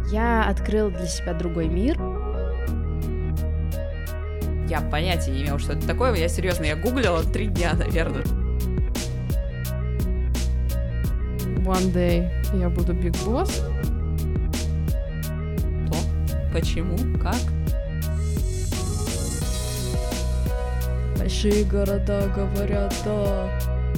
Я открыл для себя другой мир. Я понятия не имела, что это такое. Я серьезно, я гуглила 3 дня, наверное. One day я буду Big Boss. Что? Почему? Как? Большие города говорят да.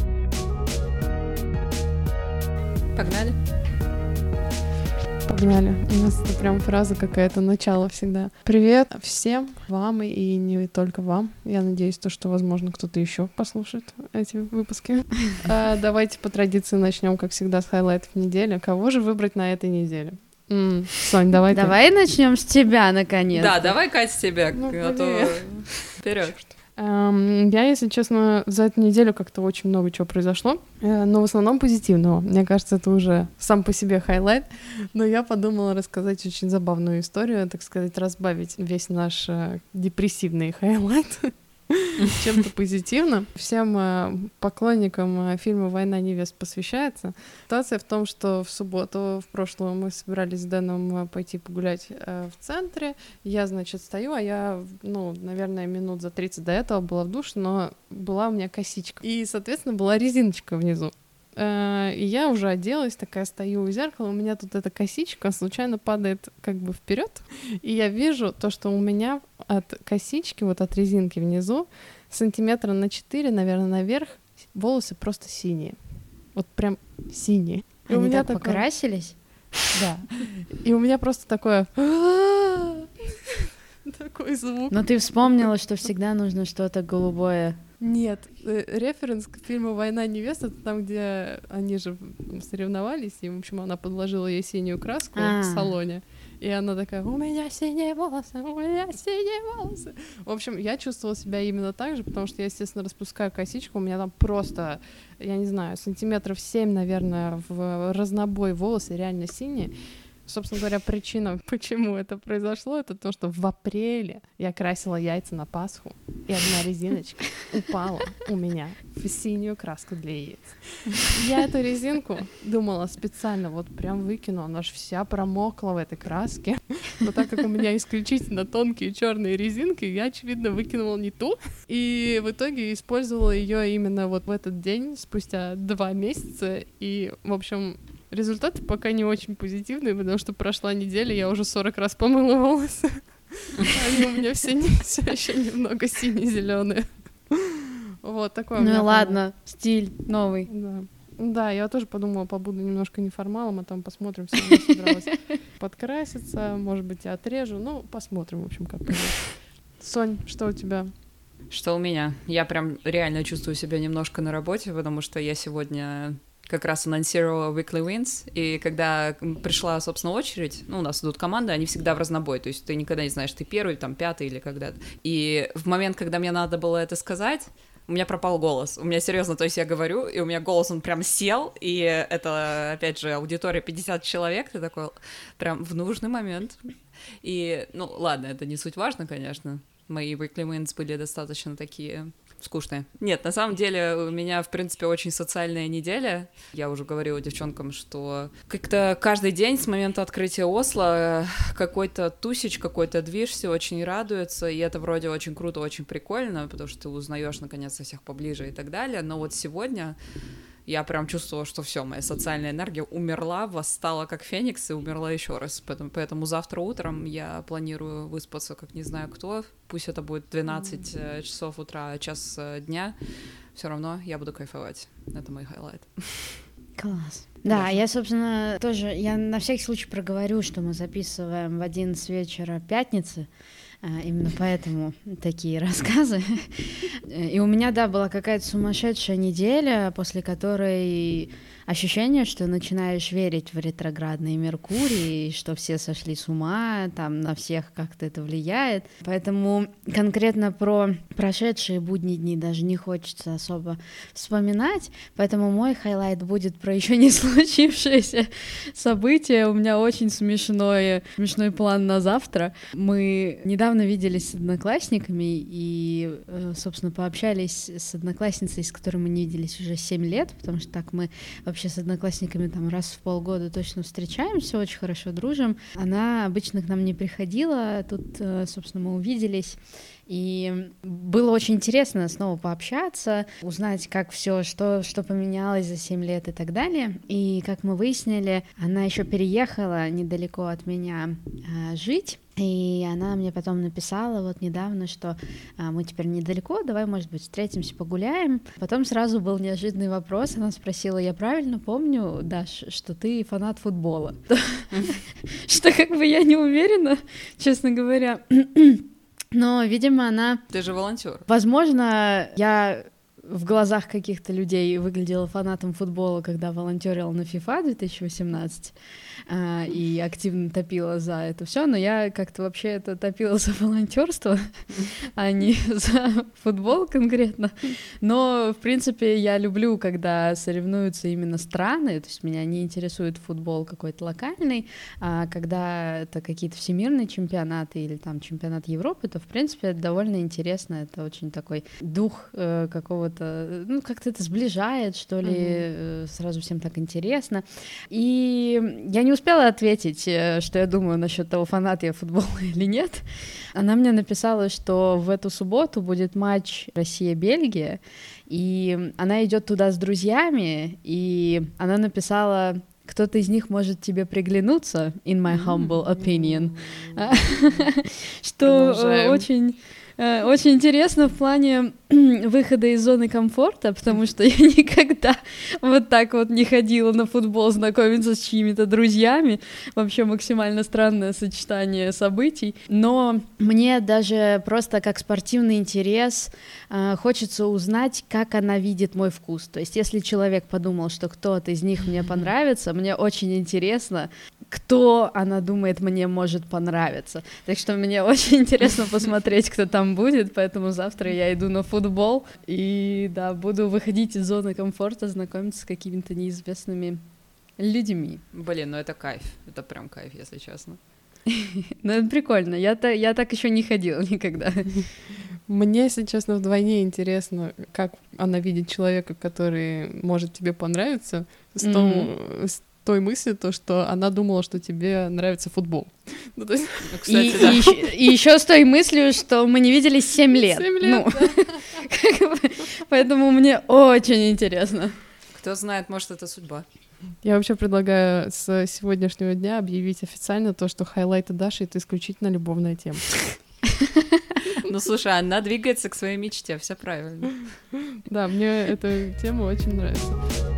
Погнали. Погнали. У нас это прям фраза какая-то, начало всегда. Привет всем вам и не только вам. Я надеюсь, что, возможно, кто-то еще послушает эти выпуски. Давайте по традиции начнем, как всегда, с хайлайтов недели. Кого же выбрать на этой неделе? Сонь, давай. Давай начнем с тебя, наконец. Да, давай, Кать, с тебя, а то вперед. Я, если честно, за эту неделю как-то очень много чего произошло, но в основном позитивного. Мне кажется, это уже сам по себе хайлайт, но я подумала рассказать очень забавную историю, так сказать, разбавить весь наш депрессивный хайлайт чем-то позитивным. Всем поклонникам фильма «Война невест» посвящается. Ситуация в том, что в субботу, в прошлую, мы собирались с Дэном пойти погулять в центре. Я, значит, стою, а я, наверное, минут за 30 до этого была в душе, но была у меня косичка. И, соответственно, была резиночка внизу. И я уже оделась, такая стою у зеркала, у меня тут эта косичка случайно падает как бы вперед, и я вижу то, что у меня от косички, вот от резинки внизу, сантиметра на 4, наверное, наверх, волосы просто синие. Вот прям синие. И они так покрасились? Да. И у меня просто такое... Такой звук. Но ты вспомнила, что всегда нужно что-то голубое. Нет, референс к фильму «Война невест» — это там, где они же соревновались, и, в общем, она подложила ей синюю краску в салоне, и она такая: «У меня синие волосы, у меня синие волосы». В общем, я чувствовала себя именно так же, потому что я, естественно, распускаю косичку, у меня там просто, я не знаю, сантиметров 7, наверное, в разнобой волосы реально синие. Собственно говоря, причина, почему это произошло, это то, что в апреле я красила яйца на Пасху, и одна резиночка упала у меня в синюю краску для яиц. Я эту резинку думала специально вот прям выкину, она же вся промокла в этой краске. Но так как у меня исключительно тонкие черные резинки, я, очевидно, выкинула не ту, и в итоге использовала ее именно вот в этот день, спустя 2 месяца, и, в общем... Результаты пока не очень позитивные, потому что прошла неделя, я уже 40 раз помыла волосы. Они у меня все еще немного сине-зеленые. Вот такой. Ну и ладно, стиль новый. Да, я тоже подумала, побуду немножко неформалом, а там посмотрим, все равно собиралась подкраситься, может быть, и отрежу. Ну, посмотрим, в общем, как пойдет. Сонь, что у тебя? Что у меня? Я прям реально чувствую себя немножко на работе, потому что я сегодня... как раз анонсировала Weekly Wins, и когда пришла, собственно, очередь, у нас идут команды, они всегда в разнобой, то есть ты никогда не знаешь, ты первый, там, 5-й или когда-то. И в момент, когда мне надо было это сказать, у меня пропал голос. У меня серьезно, то есть я говорю, и у меня голос, он прям сел, и это, опять же, аудитория 50 человек, ты такой прям в нужный момент. И, ладно, это не суть важно, конечно. Мои Weekly Wins были достаточно такие... скучные. Нет, на самом деле у меня, в принципе, очень социальная неделя. Я уже говорила девчонкам, что как-то каждый день с момента открытия Осло какой-то тусич, какой-то движ, все очень радуются, и это вроде очень круто, очень прикольно, потому что ты узнаешь наконец-то всех поближе и так далее. Но вот сегодня я прям чувствовала, что все, моя социальная энергия умерла, восстала как феникс и умерла еще раз. Поэтому завтра утром я планирую выспаться, как не знаю кто. Пусть это будет 12 часов утра, час дня. Все равно я буду кайфовать. Это мой хайлайт. Класс. Да, я, собственно, тоже, я на всякий случай проговорю, что мы записываем в 11 вечера пятницы. Именно поэтому такие рассказы. И у меня, да, была какая-то сумасшедшая неделя, после которой ощущение, что начинаешь верить в ретроградный Меркурий, что все сошли с ума, там на всех как-то это влияет. Поэтому конкретно про прошедшие будние дни даже не хочется особо вспоминать. Поэтому мой хайлайт будет про еще не случившееся событие. У меня очень смешной план на завтра. Мы недавно виделись с одноклассниками и, собственно, пообщались с одноклассницей, с которой мы не виделись уже 7 лет, потому что так мы вообще с одноклассниками там раз в полгода точно встречаемся, очень хорошо дружим. Она обычно к нам не приходила, тут, собственно, мы увиделись. И было очень интересно снова пообщаться, узнать, как все, что поменялось за 7 лет и так далее. И, как мы выяснили, она еще переехала недалеко от меня жить. И она мне потом написала вот недавно, что мы теперь недалеко, давай, может быть, встретимся, погуляем. Потом сразу был неожиданный вопрос, она спросила: я правильно помню, Даш, что ты фанат футбола? Что как бы я не уверена, честно говоря. Но, видимо, она... Ты же волонтер. Возможно, я в глазах каких-то людей выглядела фанатом футбола, когда волонтерила на FIFA 2018 и активно топила за это все, но я как-то вообще это топила за волонтерство, а не за футбол конкретно. Но, в принципе, я люблю, когда соревнуются именно страны, то есть меня не интересует футбол какой-то локальный, а когда это какие-то всемирные чемпионаты или там чемпионат Европы, то, в принципе, это довольно интересно, это очень такой дух какого-то, ну, как-то это сближает, что ли, сразу всем так интересно. И я не успела ответить, что я думаю насчет того, фанат я футбола или нет. Она мне написала, что в эту субботу будет матч Россия-Бельгия, и она идет туда с друзьями, и она написала: кто-то из них может тебе приглянуться, in my humble opinion, что очень интересно в плане выхода из зоны комфорта, потому что я никогда вот так вот не ходила на футбол знакомиться с чьими-то друзьями. Вообще максимально странное сочетание событий. Но мне даже просто как спортивный интерес хочется узнать, как она видит мой вкус. То есть если человек подумал, что кто-то из них мне понравится, мне очень интересно, кто, она думает, мне может понравиться. Так что мне очень интересно посмотреть, кто там будет, поэтому завтра я иду на футбол и, да, буду выходить из зоны комфорта, знакомиться с какими-то неизвестными людьми. Блин, ну это кайф, это прям кайф, если честно. Ну это прикольно, я так еще не ходила никогда. Мне, если честно, вдвойне интересно, как она видит человека, который может тебе понравиться, с той мыслью, то, что она думала, что тебе нравится футбол. Ну, то есть... Ну, кстати, да. И еще с той мыслью, что мы не виделись 7 лет. 7 лет, да. Поэтому мне очень интересно. Кто знает, может, это судьба. Я вообще предлагаю с сегодняшнего дня объявить официально то, что хайлайты Даши — это исключительно любовная тема. Ну, слушай, она двигается к своей мечте, все правильно. Да, мне эта тема очень нравится.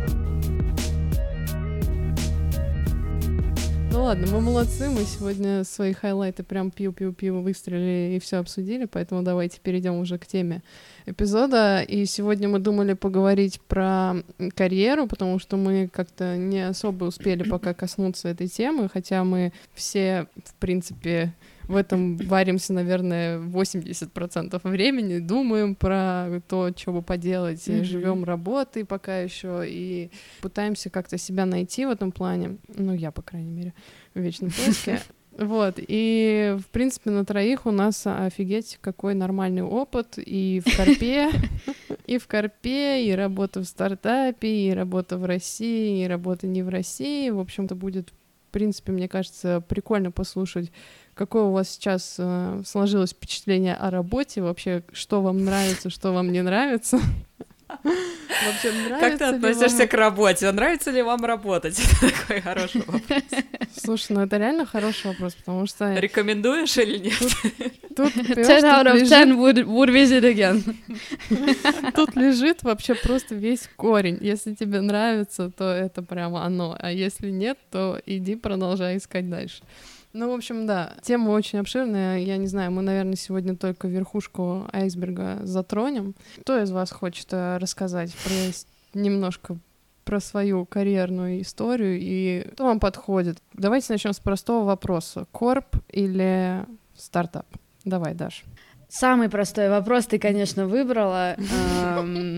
Ну ладно, мы молодцы, мы сегодня свои хайлайты прям пиу-пиу-пиу выстрелили и все обсудили, поэтому давайте перейдем уже к теме эпизода. И сегодня мы думали поговорить про карьеру, потому что мы как-то не особо успели пока коснуться этой темы, хотя мы все, в принципе, в этом варимся, наверное, 80% времени, думаем про то, что бы поделать, живем работой пока еще и пытаемся как-то себя найти в этом плане. Ну, я, по крайней мере, в вечном поиске. Вот, и, в принципе, на троих у нас офигеть какой нормальный опыт и в Карпе, и работа в стартапе, и работа в России, и работа не в России. В общем-то, будет, в принципе, мне кажется, прикольно послушать, какое у вас сейчас сложилось впечатление о работе, вообще, что вам нравится, что вам не нравится. Вообще, как ты относишься к работе? Нравится ли вам работать? Это такой хороший вопрос. Слушай, ну это реально хороший вопрос, потому что... Рекомендуешь или нет? Тут 10 out of 10 would visit again. Тут лежит вообще просто весь корень. Если тебе нравится, то это прямо оно. А если нет, то иди продолжай искать дальше. Ну, в общем, да, тема очень обширная. Я не знаю, мы, наверное, сегодня только верхушку айсберга затронем. Кто из вас хочет рассказать немножко про свою карьерную историю и кто вам подходит? Давайте начнем с простого вопроса. Корп или стартап? Давай, Даш. Самый простой вопрос ты, конечно, выбрала.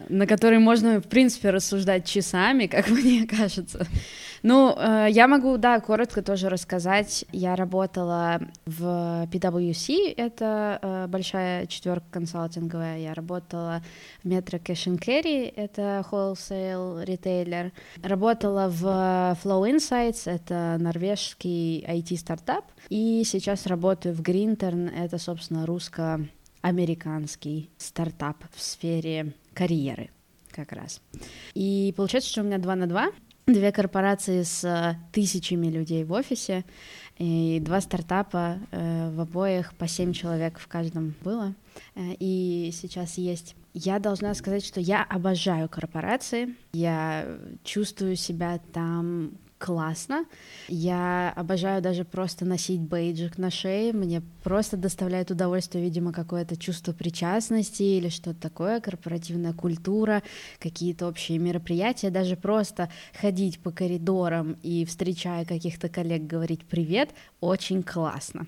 на который можно, в принципе, рассуждать часами, как мне кажется. Ну, я могу, да, коротко тоже рассказать. Я работала в PwC, это большая четверка консалтинговая. Я работала в Metro Cash and Carry, это wholesale ритейлер. Работала в Flow Insights, это норвежский IT-стартап. И сейчас работаю в Grintern, это, собственно, русско-американский стартап в сфере карьеры как раз. И получается, что у меня 2 на 2. 2 корпорации с тысячами людей в офисе, и 2 стартапа, в обоих по 7 человек в каждом было. И сейчас есть... Я должна сказать, что я обожаю корпорации, я чувствую себя там классно, я обожаю даже просто носить бейджик на шее, мне просто доставляет удовольствие, видимо, какое-то чувство причастности или что-то такое, корпоративная культура, какие-то общие мероприятия, даже просто ходить по коридорам и, встречая каких-то коллег, говорить «привет», очень классно.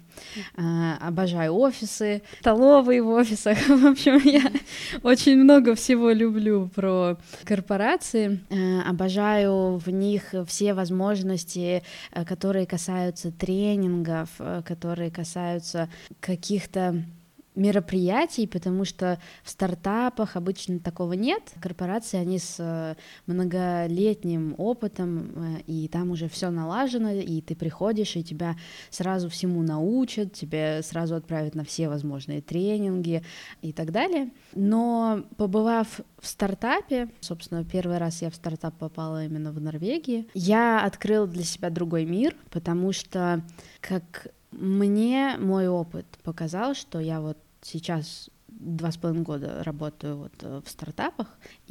Обожаю офисы, столовые в офисах, в общем, я очень много всего люблю про корпорации, обожаю в них все возможности, которые касаются тренингов, которые касаются каких-то мероприятий, потому что в стартапах обычно такого нет. Корпорации, они с многолетним опытом, и там уже все налажено, и ты приходишь, и тебя сразу всему научат, тебе сразу отправят на все возможные тренинги и так далее. Но побывав в стартапе, собственно, первый раз я в стартап попала именно в Норвегии, я открыла для себя другой мир, потому что, как мне мой опыт показал, что я вот сейчас 2,5 года работаю вот в стартапах,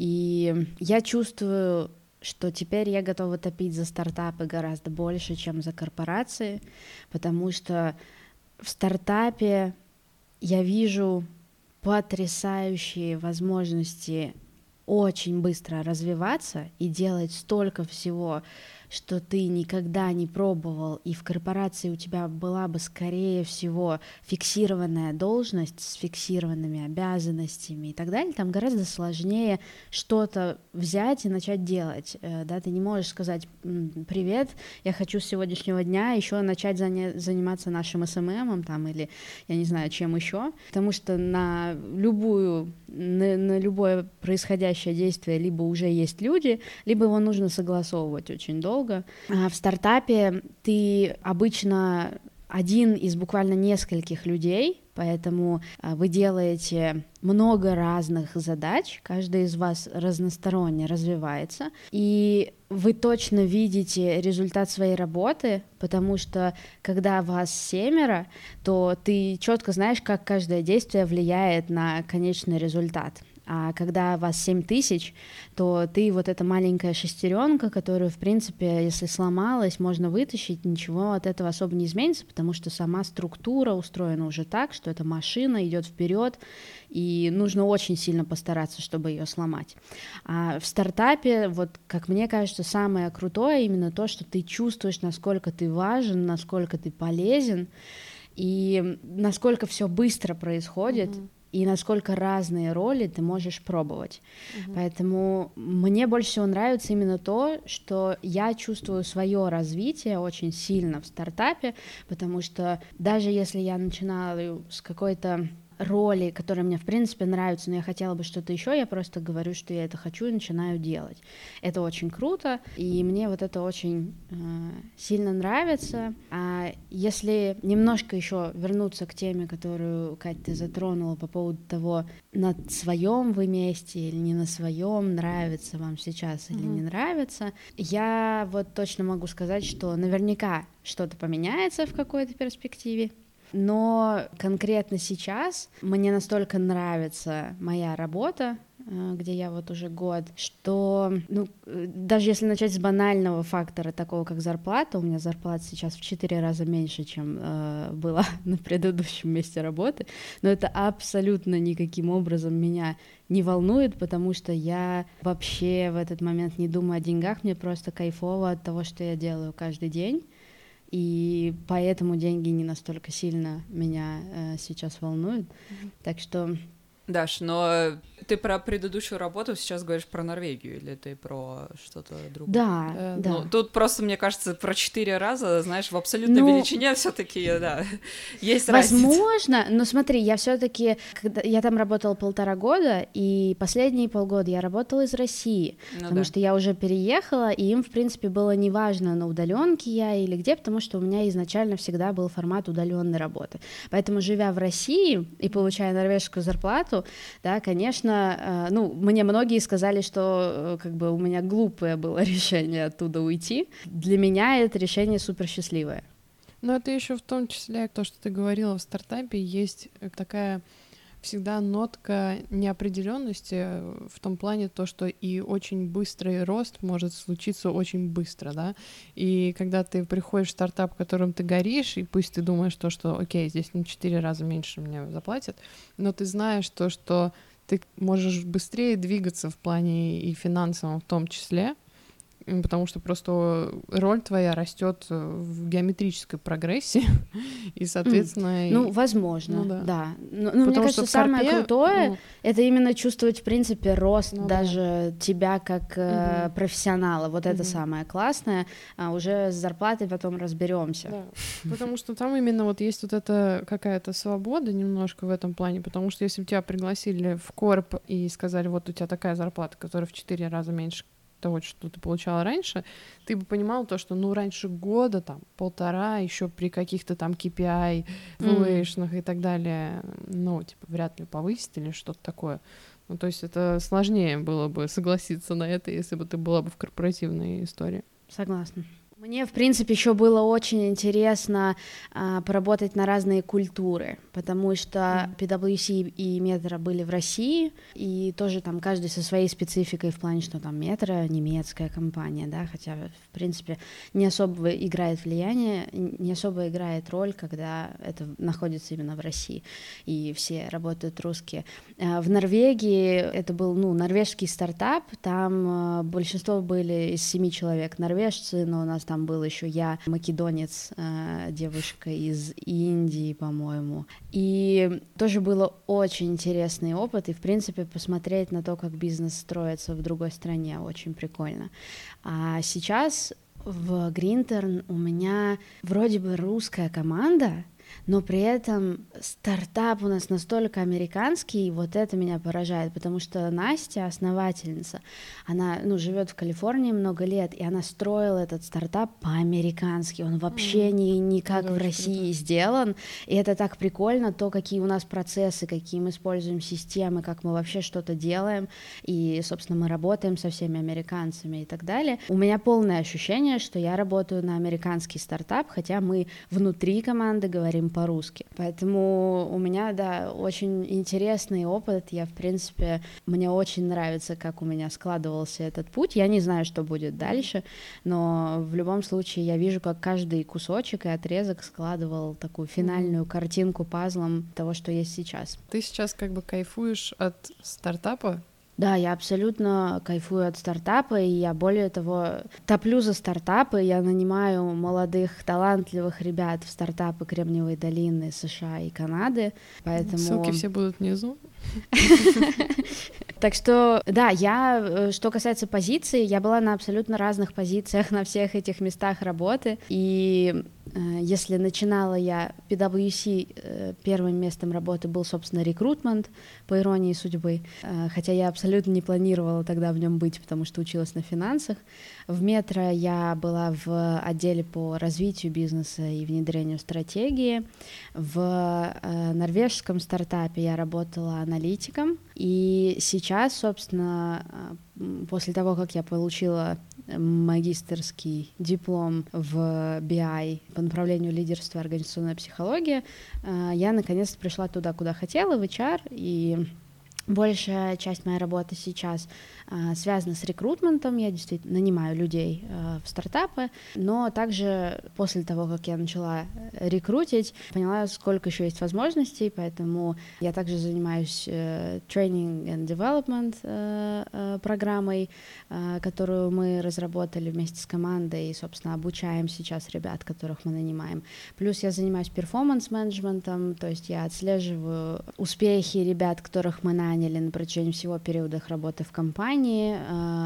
и я чувствую, что теперь я готова топить за стартапы гораздо больше, чем за корпорации, потому что в стартапе я вижу потрясающие возможности очень быстро развиваться и делать столько всего, что ты никогда не пробовал, и в корпорации у тебя была бы, скорее всего, фиксированная должность с фиксированными обязанностями и так далее, там гораздо сложнее что-то взять и начать делать, да, ты не можешь сказать «Привет, я хочу с сегодняшнего дня еще начать заниматься нашим SMM, там, или, я не знаю, чем еще», потому что на любое происходящее действие либо уже есть люди, либо его нужно согласовывать очень долго. В стартапе ты обычно один из буквально нескольких людей, поэтому вы делаете много разных задач, каждый из вас разносторонне развивается, и вы точно видите результат своей работы, потому что когда вас 7, то ты четко знаешь, как каждое действие влияет на конечный результат. А когда вас 7000, то ты вот эта маленькая шестеренка, которую, в принципе, если сломалась, можно вытащить, ничего от этого особо не изменится, потому что сама структура устроена уже так, что эта машина идет вперед, и нужно очень сильно постараться, чтобы ее сломать. А в стартапе, вот как мне кажется, самое крутое именно то, что ты чувствуешь, насколько ты важен, насколько ты полезен, и насколько все быстро происходит. И насколько разные роли ты можешь пробовать. Поэтому мне больше всего нравится именно то, что я чувствую свое развитие очень сильно в стартапе, потому что даже если я начинаю с какой-то роли, которые мне, в принципе, нравятся, но я хотела бы что-то еще, я просто говорю, что я это хочу, и начинаю делать. Это очень круто, и мне вот это очень сильно нравится. А если немножко еще вернуться к теме, которую, Кать, ты затронула по поводу того, на своем вы месте или не на своем, нравится вам сейчас или не нравится, я вот точно могу сказать, что наверняка что-то поменяется в какой-то перспективе. Но конкретно сейчас мне настолько нравится моя работа, где я вот уже год, что, даже если начать с банального фактора, такого как зарплата, у меня зарплата сейчас в 4 раза меньше, чем была на предыдущем месте работы, но это абсолютно никаким образом меня не волнует, потому что я вообще в этот момент не думаю о деньгах, мне просто кайфово от того, что я делаю каждый день. И поэтому деньги не настолько сильно меня сейчас волнуют. Так что Даш, но ты про предыдущую работу сейчас говоришь про Норвегию, или ты про что-то другое? Да. Ну, тут просто, мне кажется, про 4 раза, знаешь, в абсолютной величине все-таки, да, есть разница. Возможно, но смотри, я все-таки, я там работала 1,5 года, и последние полгода я работала из России, потому что я уже переехала, и им, в принципе, было неважно, на удаленке я или где, потому что у меня изначально всегда был формат удаленной работы. Поэтому, живя в России и получая норвежскую зарплату, да, конечно, ну, мне многие сказали, что как бы у меня глупое было решение оттуда уйти. Для меня это решение супер счастливое. Но это еще в том числе то, что ты говорила в стартапе, есть такая всегда нотка неопределенности в том плане то, что и очень быстрый рост может случиться очень быстро, да, и когда ты приходишь в стартап, которым ты горишь, и пусть ты думаешь то, что окей, здесь на 4 раза меньше мне заплатят, но ты знаешь то, что ты можешь быстрее двигаться в плане и финансовом в том числе, потому что просто роль твоя растет в геометрической прогрессии, и, соответственно... Ну, возможно, ну, да. Но мне кажется, самое крутое — это именно чувствовать, в принципе, рост даже тебя как профессионала. Вот это самое классное. Уже с зарплатой потом разберемся. Да. Потому что там именно вот есть вот эта какая-то свобода немножко в этом плане, потому что если бы тебя пригласили в корп и сказали, вот у тебя такая зарплата, которая в 4 раза меньше того, что ты получала раньше, ты бы понимал то, что, ну, раньше года, там, 1,5, еще при каких-то там KPI, valuation и так далее, ну, типа, вряд ли повысить или что-то такое. Ну, то есть это сложнее было бы согласиться на это, если бы ты была бы в корпоративной истории. Согласна. Мне, в принципе, еще было очень интересно поработать на разные культуры, потому что PwC и Метро были в России, и тоже там каждый со своей спецификой в плане, что там Метро немецкая компания, да, хотя, в принципе, не особо играет влияние, не особо играет роль, когда это находится именно в России, и все работают русские. В Норвегии это был, ну, норвежский стартап, там большинство были из 7 человек норвежцы, но у нас там был еще я, македонец, девушка из Индии, по-моему. И тоже было очень интересный опыт, и, в принципе, посмотреть на то, как бизнес строится в другой стране, очень прикольно. А сейчас в Гринтерн у меня вроде бы русская команда, но при этом стартап у нас настолько американский, и вот это меня поражает, потому что Настя, основательница, она, ну, живет в Калифорнии много лет, и она строила этот стартап по-американски, он вообще не как в России сделан, и это так прикольно, то, какие у нас процессы, какие мы используем системы, как мы вообще что-то делаем, и, собственно, мы работаем со всеми американцами и так далее. У меня полное ощущение, что я работаю на американский стартап, хотя мы внутри команды говорим по-русски. Поэтому у меня, да, очень интересный опыт. Я, в принципе, мне очень нравится, как у меня складывался этот путь. Я не знаю, что будет дальше, но в любом случае я вижу, как каждый кусочек и отрезок складывал такую финальную картинку пазлом того, что есть сейчас. Ты сейчас как бы кайфуешь от стартапа? Да, я абсолютно кайфую от стартапа, и я, более того, топлю за стартапы, я нанимаю молодых, талантливых ребят в стартапы Кремниевой долины, США и Канады, поэтому... Ссылки все будут внизу. Так что, да, я, что касается позиций, я была на абсолютно разных позициях на всех этих местах работы, и если начинала я PwC, первым местом работы был, собственно, рекрутмент, по иронии судьбы, хотя я абсолютно не планировала тогда в нем быть, потому что училась на финансах. В Метро я была в отделе по развитию бизнеса и внедрению стратегии. В норвежском стартапе я работала аналитиком, и сейчас, собственно, после того, как я получила магистерский диплом в BI по направлению лидерства и организационная психология, я наконец-то пришла туда, куда хотела, в HR, и Большая часть моей работы сейчас связана с рекрутментом, я действительно нанимаю людей в стартапы, но также после того, как я начала рекрутить, поняла, сколько еще есть возможностей, поэтому я также занимаюсь training and development программой, которую мы разработали вместе с командой и, собственно, обучаем сейчас ребят, которых мы нанимаем. Плюс я занимаюсь перформанс-менеджментом, то есть я отслеживаю успехи ребят, которых мы наняли на протяжении всего периода их работы в компании,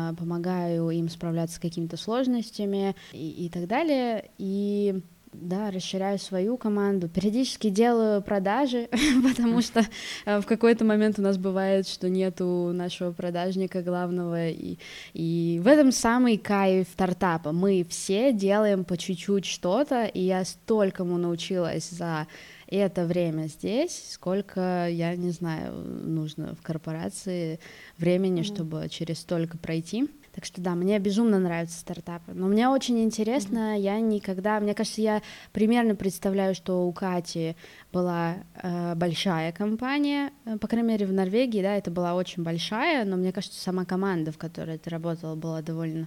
помогаю им справляться с какими-то сложностями и так далее, и да, расширяю свою команду, периодически делаю продажи, потому что в какой-то момент у нас бывает, что нету нашего продажника главного, и в этом самый кайф стартапа. Мы все делаем по чуть-чуть что-то, и я столькому научилась за это время здесь, сколько, я не знаю, нужно в корпорации времени, чтобы через столько пройти. Так что да, мне безумно нравятся стартапы. Но мне очень интересно, мне кажется, я примерно представляю, что у Кати была большая компания, по крайней мере в Норвегии, да, это была очень большая, но мне кажется, сама команда, в которой ты работала, была довольно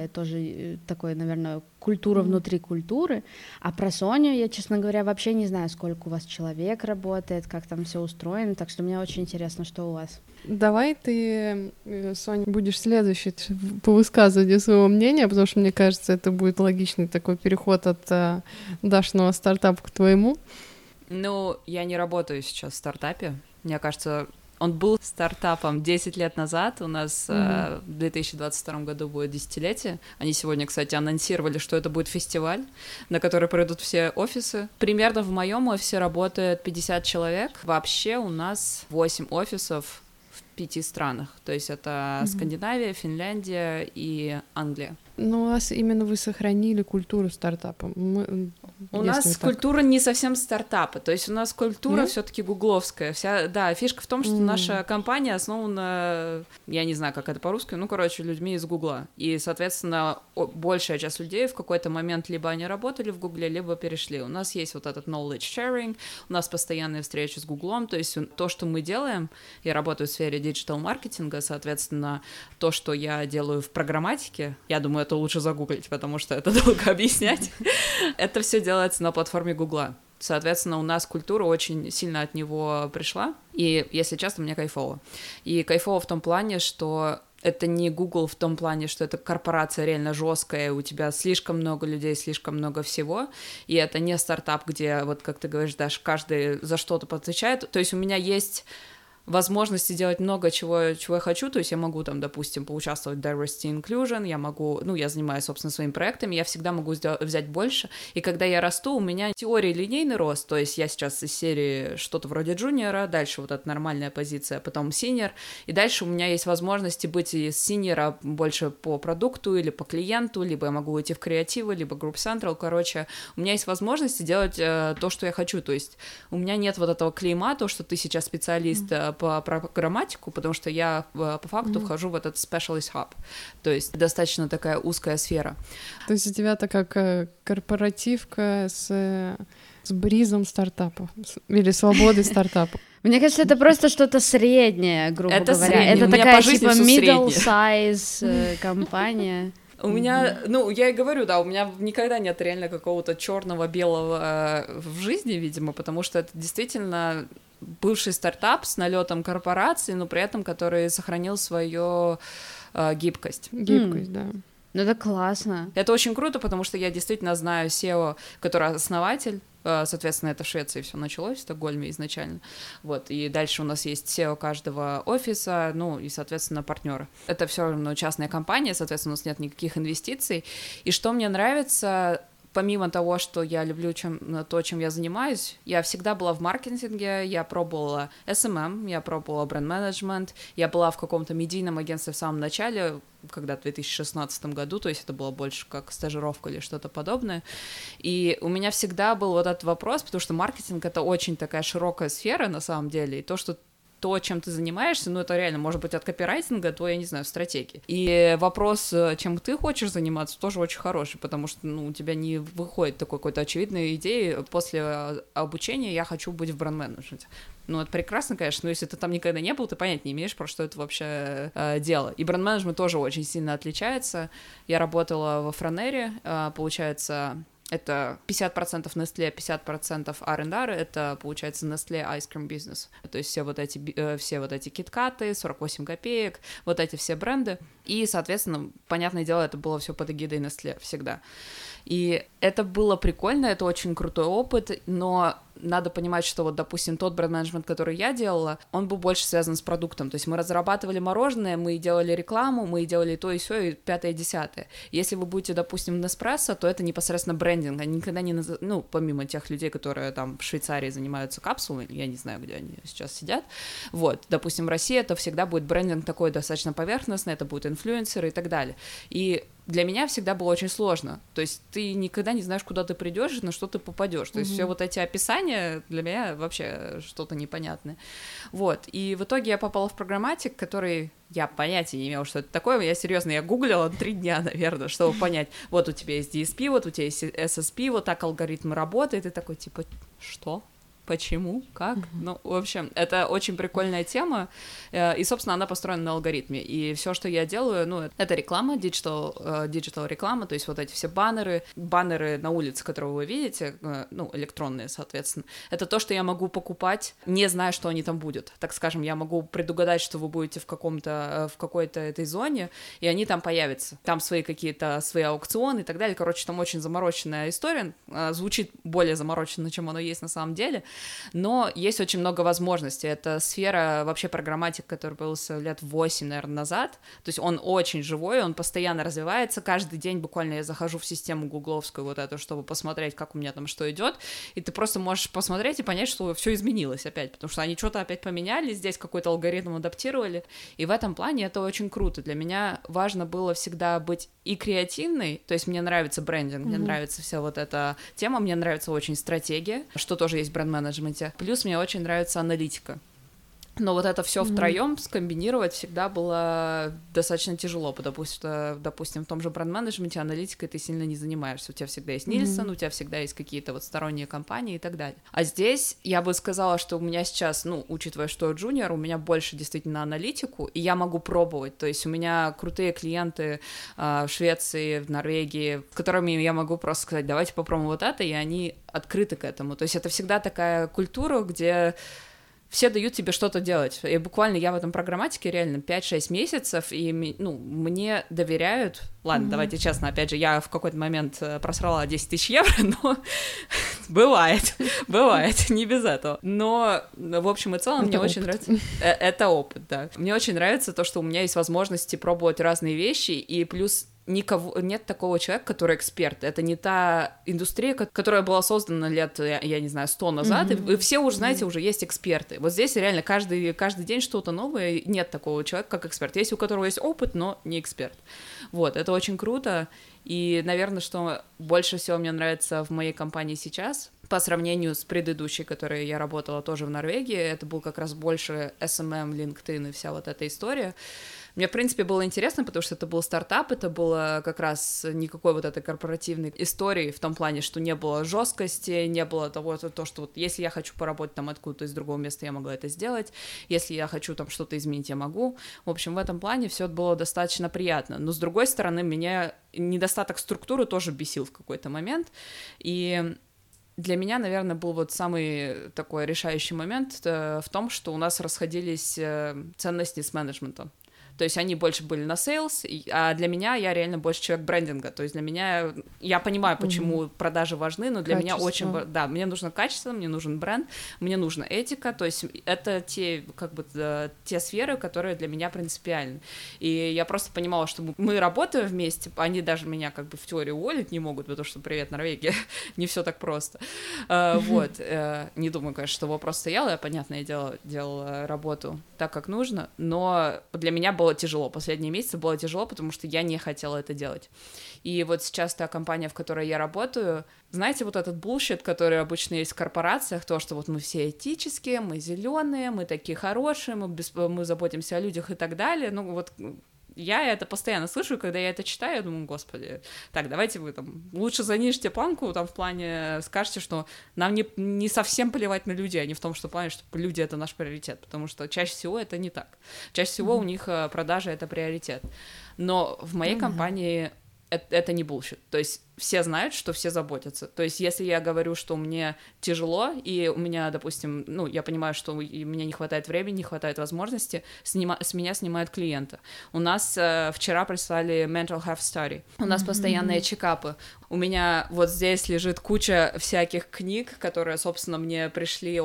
тоже такой, наверное, культура внутри культуры. А про Соню я, честно говоря, вообще не знаю, сколько у вас человек работает, как там все устроено, так что мне очень интересно, что у вас. Давай ты, Соня, будешь следующей по высказыванию своего мнения, потому что, мне кажется, это будет логичный такой переход от Дашиного стартапа к твоему. Ну, я не работаю сейчас в стартапе. Мне кажется, он был стартапом 10 лет назад. У нас в 2022 году будет десятилетие. Они сегодня, кстати, анонсировали, что это будет фестиваль, на который пройдут все офисы. Примерно в моем офисе работает 50 человек. Вообще у нас 8 офисов в 5 странах. То есть это Скандинавия, Финляндия и Англия. Ну, у вас именно вы сохранили культуру стартапа. У нас культура не совсем стартапа, то есть у нас культура все-таки гугловская. Фишка в том, что наша компания основана, я не знаю, как это по-русски, людьми из Гугла. И, соответственно, большая часть людей в какой-то момент либо они работали в Гугле, либо перешли. У нас есть вот этот knowledge sharing, у нас постоянные встречи с Гуглом, то есть то, что мы делаем, я работаю в сфере диджитал-маркетинга, соответственно, то, что я делаю в программатике, я думаю, это лучше загуглить, потому что это долго объяснять. Это все делается на платформе Гугла. Соответственно, у нас культура очень сильно от него пришла, и, если честно, мне кайфово. И кайфово в том плане, что это не Google в том плане, что это корпорация реально жесткая, у тебя слишком много людей, слишком много всего, и это не стартап, где, вот как ты говоришь, Даш, каждый за что-то отвечает. То есть у меня есть возможности делать много чего я хочу, то есть я могу там, допустим, поучаствовать в diversity inclusion, я занимаюсь, собственно, своими проектами, я всегда могу взять больше, и когда я расту, у меня теория линейный рост, то есть я сейчас из серии что-то вроде джуниора, дальше вот эта нормальная позиция, потом синьор, и дальше у меня есть возможности быть из синьора больше по продукту или по клиенту, либо я могу уйти в креативы, либо Group Central, у меня есть возможности делать то, что я хочу, то есть у меня нет вот этого клейма, то, что ты сейчас специалист по программатику, потому что я по факту вхожу в этот specialist hub, то есть достаточно такая узкая сфера. То есть у тебя такая корпоративка с бризом стартапов или свободой стартапов. Мне кажется, это просто что-то среднее, грубо говоря. Среднее. Это такая типа middle size компания. У меня, я и говорю, да, у меня никогда нет реально какого-то черного-белого в жизни, видимо, потому что это действительно бывший стартап с налетом корпорации, но при этом который сохранил свою гибкость. Гибкость, да. Ну это классно. Это очень круто, потому что я действительно знаю SEO, который основатель. Соответственно, это в Швеции все началось, в Стокгольме изначально. Вот, и дальше у нас есть SEO каждого офиса, и, соответственно, партнеры. Это все равно частная компания, соответственно, у нас нет никаких инвестиций. И что мне нравится, помимо того, что я люблю то, чем я занимаюсь, я всегда была в маркетинге, я пробовала SMM, я пробовала бренд-менеджмент, я была в каком-то медийном агентстве в самом начале, когда в 2016 году, то есть это было больше как стажировка или что-то подобное, и у меня всегда был вот этот вопрос, потому что маркетинг — это очень такая широкая сфера на самом деле, и то, то, чем ты занимаешься, ну, это реально может быть от копирайтинга до, я не знаю, стратегии. И вопрос, чем ты хочешь заниматься, тоже очень хороший, потому что, ну, у тебя не выходит такой какой-то очевидной идеи после обучения «я хочу быть в бренд-менеджменте». Ну, это прекрасно, конечно, но если ты там никогда не был, ты понять не имеешь, про что это вообще дело. И бренд-менеджмент тоже очень сильно отличается. Я работала во Фронере, получается... Это 50% Nestlé, 50% R&R, это, получается, Nestlé Ice Cream Business. То есть все вот эти киткаты, 48 копеек, вот эти все бренды. И, соответственно, понятное дело, это было все под эгидой Nestlé всегда. И это было прикольно, это очень крутой опыт, но надо понимать, что вот, допустим, тот бренд-менеджмент, который я делала, он был больше связан с продуктом, то есть мы разрабатывали мороженое, мы делали рекламу, мы делали то и сё, и 5-10. Если вы будете, допустим, в Nespresso, то это непосредственно брендинг, они никогда не ну, помимо тех людей, которые там в Швейцарии занимаются капсулами, я не знаю, где они сейчас сидят, вот, допустим, в России это всегда будет брендинг такой достаточно поверхностный, это будут инфлюенсеры и так далее, и для меня всегда было очень сложно, то есть ты никогда не знаешь, куда ты придешь, на что ты попадешь, то есть все вот эти описания для меня вообще что-то непонятное, вот, и в итоге я попала в программатик, который я понятия не имела, что это такое, я гуглила 3 дня, наверное, чтобы понять, вот у тебя есть DSP, вот у тебя есть SSP, вот так алгоритм работает, и ты такой, типа, что? Почему? Как? Ну, в общем, это очень прикольная тема, и, собственно, она построена на алгоритме, и все, что я делаю, ну, это реклама, диджитал реклама, то есть вот эти все баннеры на улице, которые вы видите, ну, электронные, соответственно, это то, что я могу покупать, не зная, что они там будут. Так скажем, я могу предугадать, что вы будете в какой-то этой зоне, и они там появятся. Там свои аукционы и так далее. Короче, там очень замороченная история, звучит более замороченно, чем оно есть на самом деле, но есть очень много возможностей. Это сфера вообще программатик, который появился лет 8, наверное, назад, то есть он очень живой, он постоянно развивается, каждый день буквально я захожу в систему гугловскую вот эту, чтобы посмотреть, как у меня там что идет, и ты просто можешь посмотреть и понять, что все изменилось опять, потому что они что-то опять поменяли, здесь какой-то алгоритм адаптировали, и в этом плане это очень круто. Для меня важно было всегда быть и креативной, то есть мне нравится брендинг, мне нравится вся вот эта тема, мне нравится очень стратегия, что тоже есть в бренд-менеджменте, плюс мне очень нравится аналитика. Но вот это все втроем скомбинировать всегда было достаточно тяжело, потому что, допустим, в том же бренд-менеджменте аналитикой ты сильно не занимаешься. У тебя всегда есть Нильсон, у тебя всегда есть какие-то вот сторонние компании и так далее. А здесь я бы сказала, что у меня сейчас, ну, учитывая, что я джуниор, у меня больше действительно аналитику, и я могу пробовать. То есть у меня крутые клиенты в Швеции, в Норвегии, с которыми я могу просто сказать, давайте попробуем вот это, и они открыты к этому. То есть это всегда такая культура, где все дают тебе что-то делать. И буквально я в этом программатике реально 5-6 месяцев, и, ну, мне доверяют. Ладно, давайте честно, опять же, я в какой-то момент просрала 10 тысяч евро, но бывает, не без этого. Но, в общем и целом, мне очень нравится... Это опыт, да. Мне очень нравится то, что у меня есть возможности пробовать разные вещи, и плюс нет такого человека, который эксперт. Это не та индустрия, которая была создана лет, я не знаю, 100 назад, и все уже, знаете, уже есть эксперты. Вот здесь реально каждый день что-то новое, нет такого человека, как эксперт. Есть у которого есть опыт, но не эксперт. Вот, это очень круто, и, наверное, что больше всего мне нравится в моей компании сейчас, по сравнению с предыдущей, которой я работала тоже в Норвегии, это был как раз больше SMM, LinkedIn и вся вот эта история. Мне, в принципе, было интересно, потому что это был стартап, это было как раз никакой вот этой корпоративной истории в том плане, что не было жесткости, не было того, что вот если я хочу поработать там откуда-то из другого места, я могла это сделать, если я хочу там что-то изменить, я могу. В общем, в этом плане все было достаточно приятно. Но, с другой стороны, меня недостаток структуры тоже бесил в какой-то момент, и для меня, наверное, был вот самый такой решающий момент в том, что у нас расходились ценности с менеджментом. То есть они больше были на сейлс, а для меня я реально больше человек брендинга. То есть для меня, я понимаю, почему продажи важны, но для меня очень... Да, мне нужно качество, мне нужен бренд, мне нужна этика. То есть это те сферы, которые для меня принципиальны. И я просто понимала, что мы работаем вместе, они даже меня как бы в теории уволить не могут, потому что привет, Норвегия, не все так просто. Вот. Не думаю, конечно, что вопрос стоял, я, понятное дело, делала работу так, как нужно, но для меня было было тяжело, последние месяцы было тяжело, потому что я не хотела это делать. И вот сейчас та компания, в которой я работаю, знаете, вот этот bullshit, который обычно есть в корпорациях, то, что вот мы все этические, мы зеленые, мы такие хорошие, мы заботимся о людях и так далее, ну вот... Я это постоянно слышу, и когда я это читаю, я думаю, господи, так, давайте вы там лучше занижите планку, там в плане скажете, что нам не совсем плевать на людей, а не в том, что в плане, что люди — это наш приоритет, потому что чаще всего это не так. Чаще всего у них продажи — это приоритет. Но в моей компании это не bullshit. То есть все знают, что все заботятся. То есть если я говорю, что мне тяжело, и у меня, допустим, ну, я понимаю, что у меня не хватает времени, не хватает возможности, с меня снимают клиента. У нас вчера прислали mental health study. У нас постоянные чекапы. У меня вот здесь лежит куча всяких книг, которые, собственно, мне пришли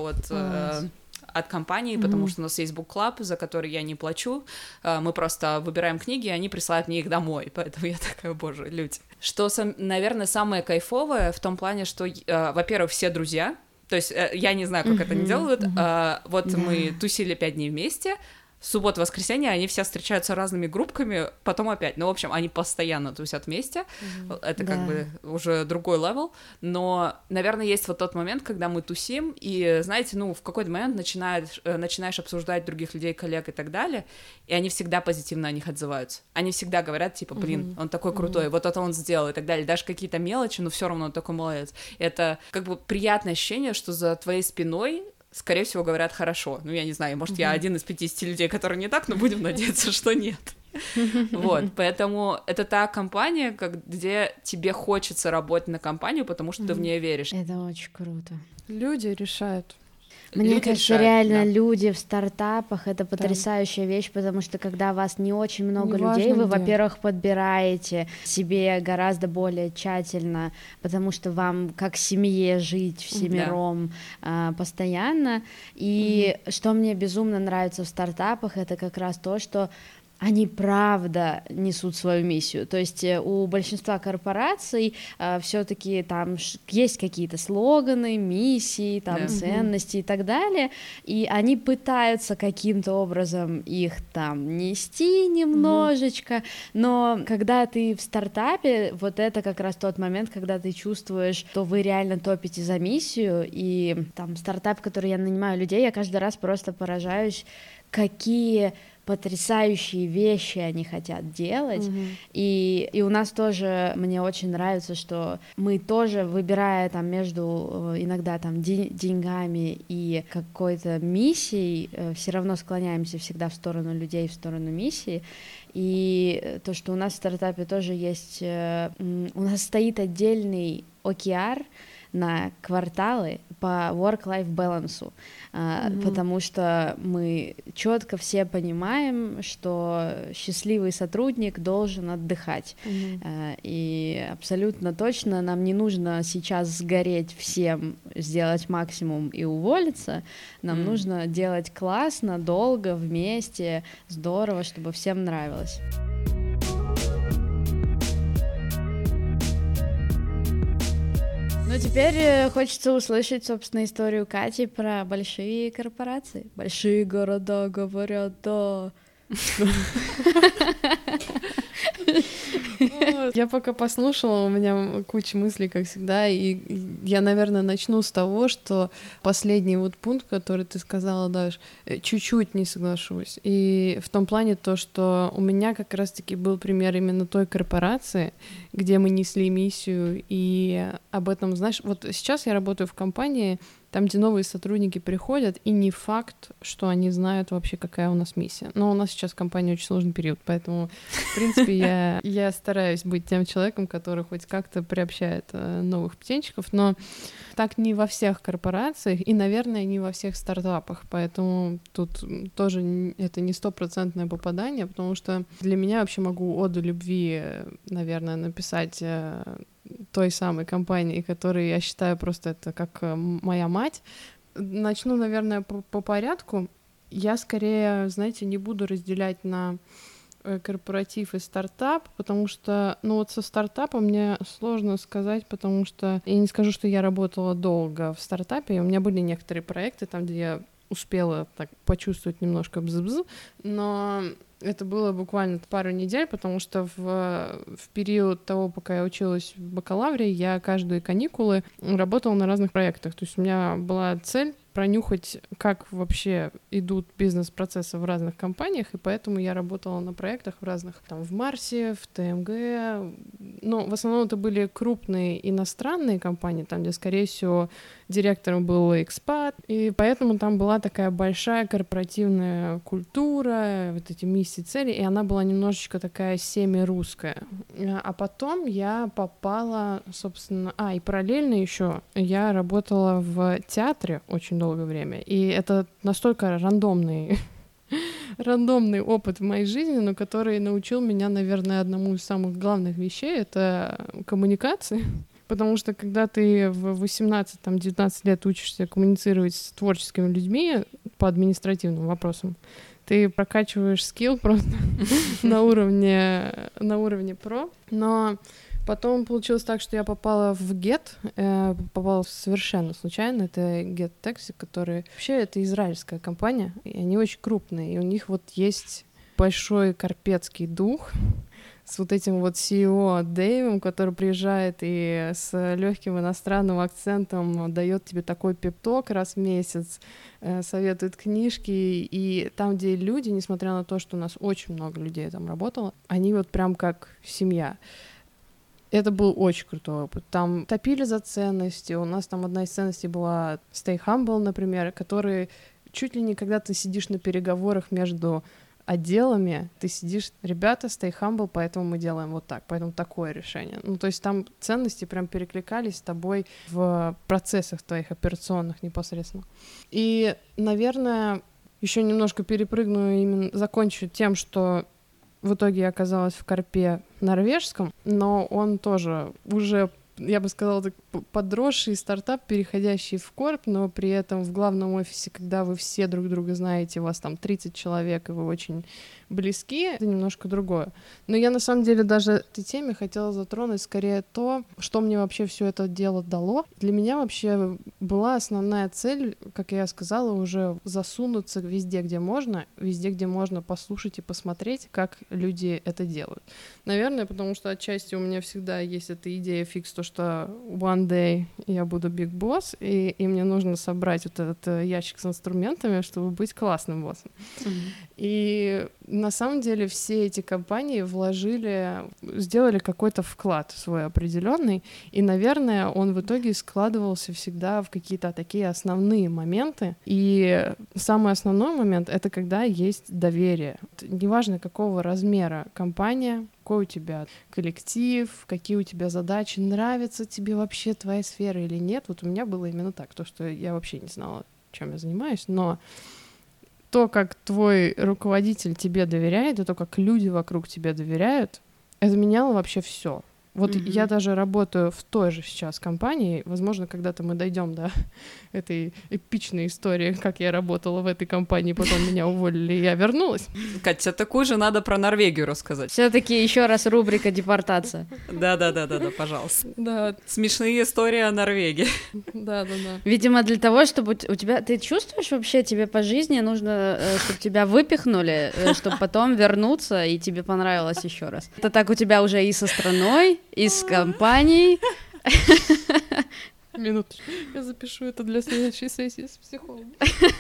от компании, потому что у нас есть бук-клаб, за который я не плачу, мы просто выбираем книги, и они присылают мне их домой, поэтому я такая, боже, люди. Что, наверное, самое кайфовое в том плане, что, во-первых, все друзья, то есть я не знаю, как это они делают, вот мы тусили 5 дней вместе, суббота-воскресенье они все встречаются разными группками, потом опять. Ну, в общем, они постоянно тусят вместе. Это как бы уже другой левел. Но, наверное, есть вот тот момент, когда мы тусим, и, знаете, ну, в какой-то момент начинаешь обсуждать других людей, коллег и так далее, и они всегда позитивно о них отзываются. Они всегда говорят, типа, блин, он такой крутой, вот это он сделал и так далее. Даже какие-то мелочи, но все равно он такой молодец. Это как бы приятное ощущение, что за твоей спиной скорее всего, говорят хорошо. Ну, я не знаю, может, я один из 50 людей, которые не так, но будем надеяться, что нет. Вот, поэтому это та компания, где тебе хочется работать на компанию, потому что ты в нее веришь. Это очень круто. Люди решают. Мне кажется, реально люди в стартапах — это потрясающая вещь, потому что когда вас не очень много людей, вы, во-первых, подбираете себе гораздо более тщательно, потому что вам как семье жить всемиром постоянно. И что мне безумно нравится в стартапах, это как раз то, что они правда несут свою миссию. То есть у большинства корпораций все-таки там есть какие-то слоганы, миссии, там ценности и так далее, и они пытаются каким-то образом их там нести немножечко, но когда ты в стартапе, вот это как раз тот момент, когда ты чувствуешь, что вы реально топите за миссию, и там стартап, в который я нанимаю людей, я каждый раз просто поражаюсь, какие потрясающие вещи они хотят делать, и у нас тоже, мне очень нравится, что мы тоже, выбирая там между иногда там деньгами и какой-то миссией, все равно склоняемся всегда в сторону людей, в сторону миссии, и то, что у нас в стартапе тоже есть, у нас стоит отдельный OKR на кварталы по work-life balance, потому что мы четко все понимаем, что счастливый сотрудник должен отдыхать, и абсолютно точно нам не нужно сейчас сгореть всем, сделать максимум и уволиться, нам нужно делать классно, долго, вместе, здорово, чтобы всем нравилось. Ну, теперь хочется услышать, собственно, историю Кати про большие корпорации. Большие города говорят, да. Я пока послушала, у меня куча мыслей, как всегда, и я, наверное, начну с того, что последний вот пункт, который ты сказала, Даш, чуть-чуть не соглашусь. И в том плане то, что у меня как раз-таки был пример именно той корпорации, где мы несли миссию, и об этом, знаешь, вот сейчас я работаю в компании, там, где новые сотрудники приходят, и не факт, что они знают вообще, какая у нас миссия. Но у нас сейчас в компании очень сложный период, поэтому, в принципе, я стараюсь быть тем человеком, который хоть как-то приобщает новых птенчиков, но так не во всех корпорациях и, наверное, не во всех стартапах, поэтому тут тоже это не 100% попадание, потому что для меня вообще могу оду любви, наверное, написать той самой компании, которую я считаю просто это как моя мать. Начну, наверное, по порядку. Я скорее, знаете, не буду разделять на корпоратив и стартап, потому что, ну вот со стартапом мне сложно сказать, потому что я не скажу, что я работала долго в стартапе, у меня были некоторые проекты там, где я успела так почувствовать немножко бзы-бзы, но это было буквально пару недель, потому что в период того, пока я училась в бакалавре, я каждые каникулы работала на разных проектах. То есть у меня была цель пронюхать, как вообще идут бизнес-процессы в разных компаниях, и поэтому я работала на проектах в разных, там, в Марсе, в ТМГ, но в основном это были крупные иностранные компании, там, где, скорее всего, директором был экспат, и поэтому там была такая большая корпоративная культура, вот эти миссии, цели, и она была немножечко такая семи-русская. А потом я попала, собственно... и параллельно еще я работала в театре очень долгое время, и это настолько рандомный опыт в моей жизни, но который научил меня, наверное, одному из самых главных вещей — это коммуникации. Потому что когда ты в 18-19 лет учишься коммуницировать с творческими людьми по административным вопросам, ты прокачиваешь скилл просто на уровне про. Но потом получилось так, что я попала в Get, попала совершенно случайно. Это Get Taxi, который... Вообще, это израильская компания, и они очень крупные, и у них вот есть большой карпетский дух, с вот этим вот CEO Дэйвом, который приезжает и с легким иностранным акцентом дает тебе такой пеп-ток раз в месяц, советует книжки, и там, где люди, несмотря на то, что у нас очень много людей там работало, они вот прям как семья. Это был очень крутой опыт. Там топили за ценности, у нас там одна из ценностей была Stay Humble, например, который чуть ли не когда ты сидишь на переговорах между отделами, ты сидишь, ребята, stay humble, поэтому мы делаем вот так, поэтому такое решение. Ну, то есть там ценности прям перекликались с тобой в процессах твоих операционных непосредственно. И, наверное, еще немножко перепрыгну, именно закончу тем, что в итоге я оказалась в Карпе норвежском, но он тоже уже, я бы сказала, так, подросший стартап, переходящий в корп, но при этом в главном офисе, когда вы все друг друга знаете, у вас там 30 человек, и вы очень близки, это немножко другое. Но я на самом деле даже в этой теме хотела затронуть скорее то, что мне вообще все это дело дало. Для меня вообще была основная цель, как я сказала, уже засунуться везде, где можно послушать и посмотреть, как люди это делают. Наверное, потому что отчасти у меня всегда есть эта идея фикс, то, что one day я буду big boss, и мне нужно собрать вот этот ящик с инструментами, чтобы быть классным боссом. И на самом деле все эти компании сделали какой-то вклад свой определенный, и, наверное, он в итоге складывался всегда в какие-то такие основные моменты. И самый основной момент — это когда есть доверие. Неважно, какого размера компания, какой у тебя коллектив, какие у тебя задачи, нравится тебе вообще твоя сфера или нет. Вот у меня было именно так, то, что я вообще не знала, чем я занимаюсь, но то, как твой руководитель тебе доверяет, и то, как люди вокруг тебя доверяют, это меняло вообще все. Вот я даже работаю в той же сейчас компании. Возможно, когда-то мы дойдем до этой эпичной истории, как я работала в этой компании, потом меня уволили, и я вернулась. Катя, такую же надо про Норвегию рассказать. Все-таки еще раз рубрика депортация. Да, пожалуйста. Да. Смешные истории о Норвегии. Да. Видимо, для того, чтобы у тебя... Ты чувствуешь вообще, тебе по жизни нужно, чтобы тебя выпихнули, чтобы потом вернуться, и тебе понравилось еще раз. Это так у тебя уже и со страной, и с компанией. Минуточку, я запишу это для следующей сессии с психологом.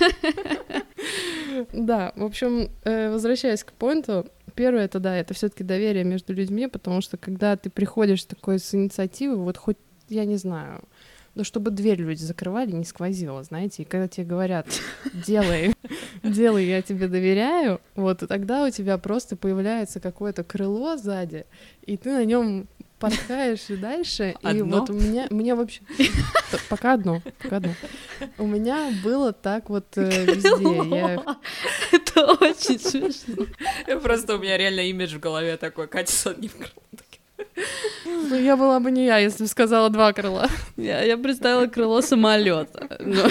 Да, в общем, возвращаясь к поинту, первое — это да, это все-таки доверие между людьми, потому что когда ты приходишь такой с инициативы, вот хоть, я не знаю, но чтобы дверь люди закрывали, не сквозило, знаете, и когда тебе говорят: делай, я тебе доверяю, вот, и тогда у тебя просто появляется какое-то крыло сзади, и ты на нем порхаешь и дальше. Одно? И вот у меня вообще... Пока одно. У меня было так вот везде. Это очень смешно. Просто у меня реально имидж в голове такой: Катя с одним крылом. Ну, я была бы не я, если бы сказала 2 крыла. Я представила крыло самолета.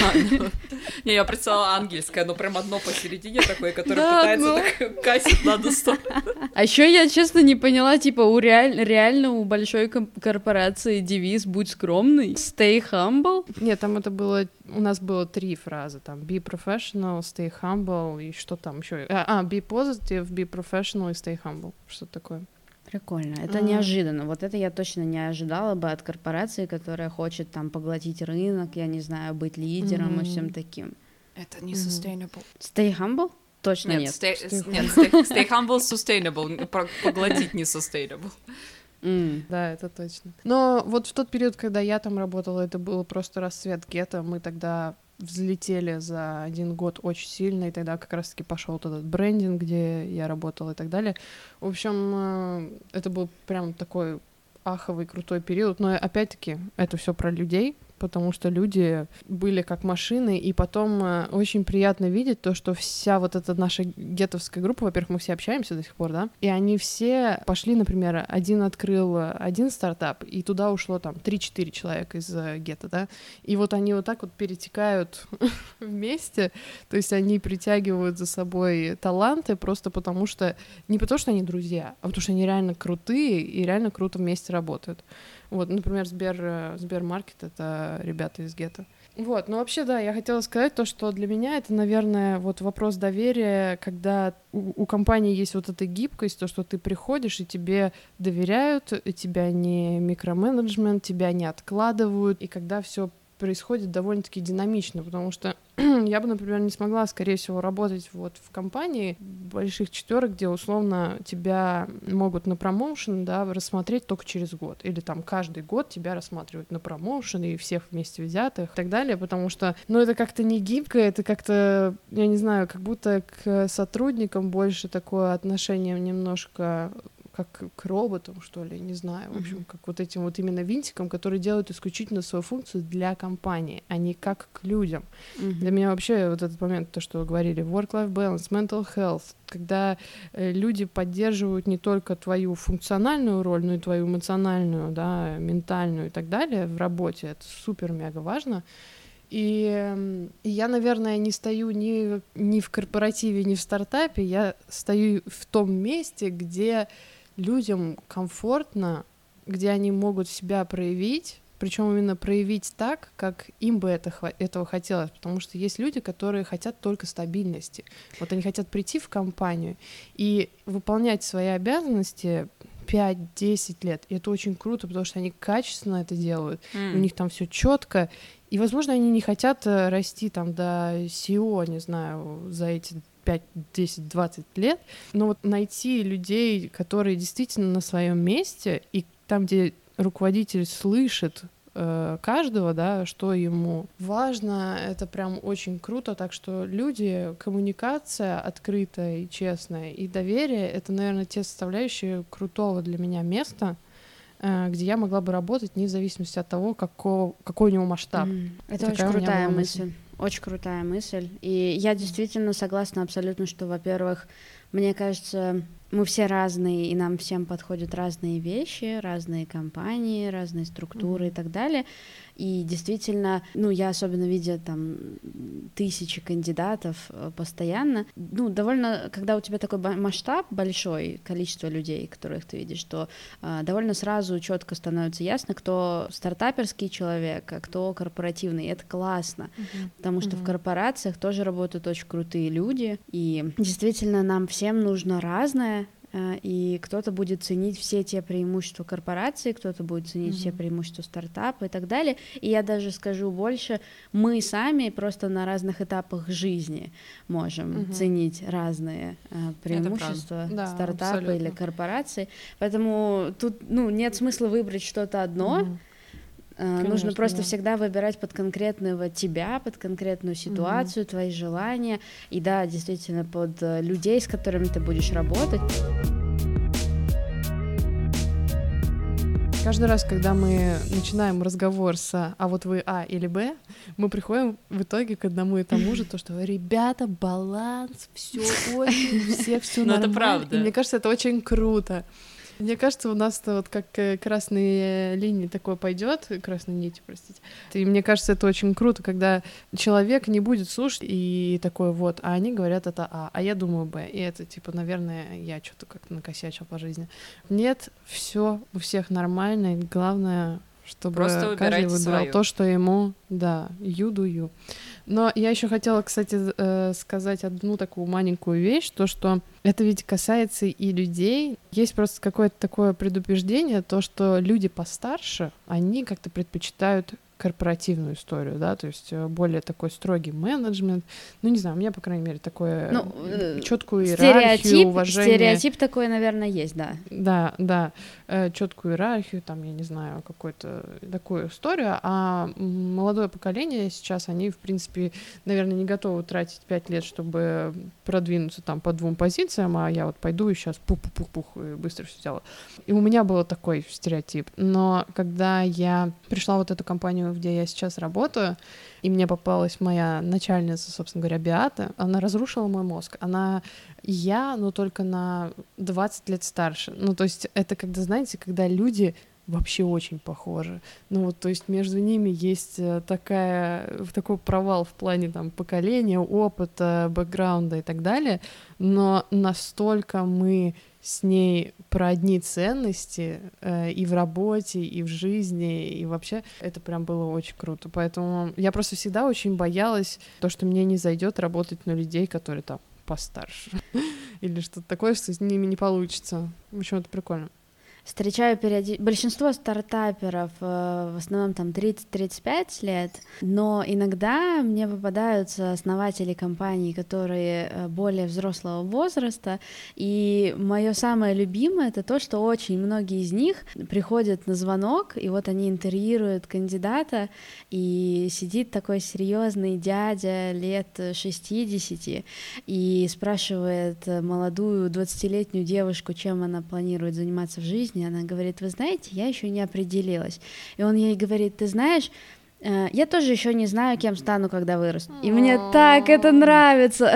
Не, я представила ангельское, но прям одно посередине такое, которое пытается так косить на одну сторону. А еще я, честно, не поняла, типа, реально у большой корпорации девиз «Будь скромный», «Stay humble». Нет, там это было, у нас было 3 фразы, там «Be professional», «Stay humble» и что там еще? «Be positive», «Be professional» и «Stay humble». Что такое? Прикольно, это неожиданно. Вот это я точно не ожидала бы от корпорации, которая хочет там поглотить рынок, я не знаю, быть лидером и всем таким. Это не sustainable. Stay humble? Точно нет. Stay humble, sustainable. Поглотить не sustainable. Да, это точно. Но вот в тот период, когда я там работала, это был просто расцвет гетто. Мы тогда взлетели за 1 год очень сильно, и тогда как раз-таки пошел этот брендинг, где я работала и так далее. В общем, это был прям такой аховый, крутой период, но опять-таки это все про людей, потому что люди были как машины, и потом очень приятно видеть то, что вся вот эта наша геттовская группа, во-первых, мы все общаемся до сих пор, да, и они все пошли, например, один открыл один стартап, и туда ушло там 3-4 человека из гетто, да, и вот они вот так вот перетекают вместе, то есть они притягивают за собой таланты просто потому что, не потому что они друзья, а потому что они реально крутые и реально круто вместе работают. Вот, например, Сбермаркет — это ребята из гетто. Вот, ну вообще, да, я хотела сказать то, что для меня это, наверное, вот вопрос доверия, когда у компании есть вот эта гибкость, то, что ты приходишь, и тебе доверяют, и тебя не микроменеджмент, тебя не откладывают, и когда все происходит довольно-таки динамично, потому что я бы, например, не смогла, скорее всего, работать вот в компании больших 4, где условно тебя могут на промоушен, да, рассмотреть только через год, или там каждый год тебя рассматривают на промоушен и всех вместе взятых и так далее, потому что, ну, это как-то не гибко, это как-то, я не знаю, как будто к сотрудникам больше такое отношение немножко как к роботам, что ли, не знаю, в общем, как вот этим вот именно винтикам, которые делают исключительно свою функцию для компании, а не как к людям. Для меня вообще вот этот момент, то, что вы говорили, work-life balance, mental health, когда люди поддерживают не только твою функциональную роль, но и твою эмоциональную, да, ментальную и так далее в работе, это супер-мега важно. И я, наверное, не стою ни в корпоративе, ни в стартапе, я стою в том месте, где людям комфортно, где они могут себя проявить, причем именно проявить так, как им бы этого хотелось, потому что есть люди, которые хотят только стабильности. Вот они хотят прийти в компанию и выполнять свои обязанности 5-10 лет. И это очень круто, потому что они качественно это делают, у них там все четко. И, возможно, они не хотят расти там до CEO, не знаю, за эти 5, 10, 20 лет, но вот найти людей, которые действительно на своем месте, и там, где руководитель слышит каждого, да, что ему важно, это прям очень круто, так что люди, коммуникация открытая и честная, и доверие — это, наверное, те составляющие крутого для меня места, где я могла бы работать, вне зависимости от того, какой у него масштаб. Это очень крутая мысль. Очень крутая мысль. И я действительно согласна абсолютно, что, во-первых, мне кажется, мы все разные, и нам всем подходят разные вещи, разные компании, разные структуры и так далее. И действительно, ну, я особенно видя там тысячи кандидатов постоянно, ну, довольно, когда у тебя такой масштаб большой, количество людей, которых ты видишь, то довольно сразу четко становится ясно, кто стартаперский человек, а кто корпоративный. И это классно, потому что в корпорациях тоже работают очень крутые люди, и действительно нам всем нужно разное. И кто-то будет ценить все те преимущества корпорации, кто-то будет ценить все преимущества стартапа и так далее. И я даже скажу больше, мы сами просто на разных этапах жизни можем ценить разные преимущества стартапа абсолютно. Или корпорации. Поэтому тут, ну, нет смысла выбрать что-то одно. Конечно, нужно просто всегда выбирать под конкретного тебя, под конкретную ситуацию, твои желания, и да, действительно, под людей, с которыми ты будешь работать. Каждый раз, когда мы начинаем разговор с «а вот вы А или Б», мы приходим в итоге к одному и тому же, то, что ребята, баланс, все очень, все нормально. Это правда. И мне кажется, это очень круто. Мне кажется, у нас-то вот как красные линии такое пойдет, красные нити, простите. И мне кажется, это очень круто, когда человек не будет слушать и такой вот, а они говорят это А я думаю Б. И это, типа, наверное, я что-то как-то накосячил по жизни. Нет, все у всех нормально, и главное, чтобы просто каждый выбирал свою. то, что ему, да, you do you. Но я еще хотела, кстати, сказать одну такую маленькую вещь, то, что это ведь касается и людей. Есть просто какое-то такое предубеждение, то, что люди постарше, они как-то предпочитают корпоративную историю, да, то есть более такой строгий менеджмент. Ну, не знаю, у меня, по крайней мере, такое четкую иерархию, уважение. Стереотип такой, наверное, есть, да. Да, четкую иерархию, там, я не знаю, какую-то такую историю, а молодое поколение сейчас, они, в принципе, наверное, не готовы тратить 5 лет, чтобы продвинуться там по 2 позициям, а я вот пойду и сейчас пух-пух-пух и быстро все сделаю. И у меня был такой стереотип. Но когда я пришла в вот эту компанию, где я сейчас работаю, и мне попалась моя начальница, собственно говоря, Беата, она разрушила мой мозг. Она но только на 20 лет старше. Ну, то есть это когда, знаете, когда люди вообще очень похожи. Ну, вот, то есть между ними есть такой провал в плане там поколения, опыта, бэкграунда и так далее, но настолько мы с ней про одни ценности и в работе, и в жизни, и вообще это прям было очень круто. Поэтому я просто всегда очень боялась то, что мне не зайдет работать на людей, которые там постарше. Или что-то такое, что с ними не получится. В общем, это прикольно. Встречаю большинство стартаперов в основном там 30-35 лет, но иногда мне попадаются основатели компаний, которые более взрослого возраста, и мое самое любимое — это то, что очень многие из них приходят на звонок, и вот они интервьюируют кандидата, и сидит такой серьезный дядя лет 60 и спрашивает молодую 20-летнюю девушку, чем она планирует заниматься в жизни. Она говорит: вы знаете, я еще не определилась. И он ей говорит: ты знаешь, я тоже еще не знаю, кем стану, когда вырасту. И мне так это нравится.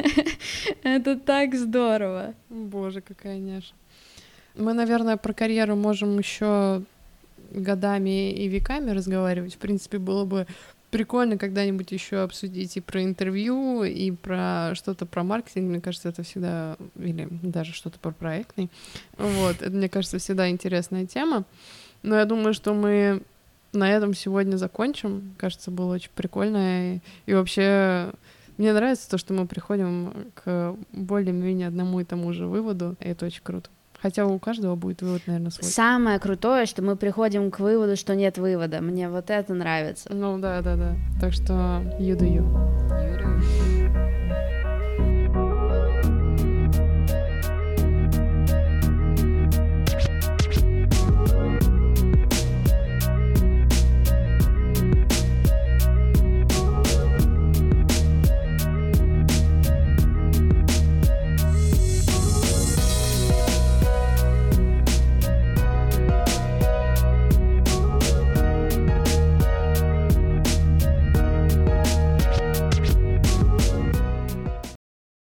Это так здорово. Боже, какая няша. Мы, наверное, про карьеру можем еще годами и веками разговаривать. В принципе, было бы прикольно когда-нибудь еще обсудить и про интервью, и про что-то про маркетинг. Мне кажется, это всегда... Или даже что-то про проектный. Вот. Это, мне кажется, всегда интересная тема. Но я думаю, что мы на этом сегодня закончим. Кажется, было очень прикольно. И вообще... Мне нравится то, что мы приходим к более-менее одному и тому же выводу. И это очень круто. Хотя у каждого будет вывод, наверное, свой. Самое крутое, что мы приходим к выводу, что нет вывода. Мне вот это нравится. Ну да. Так что you do you.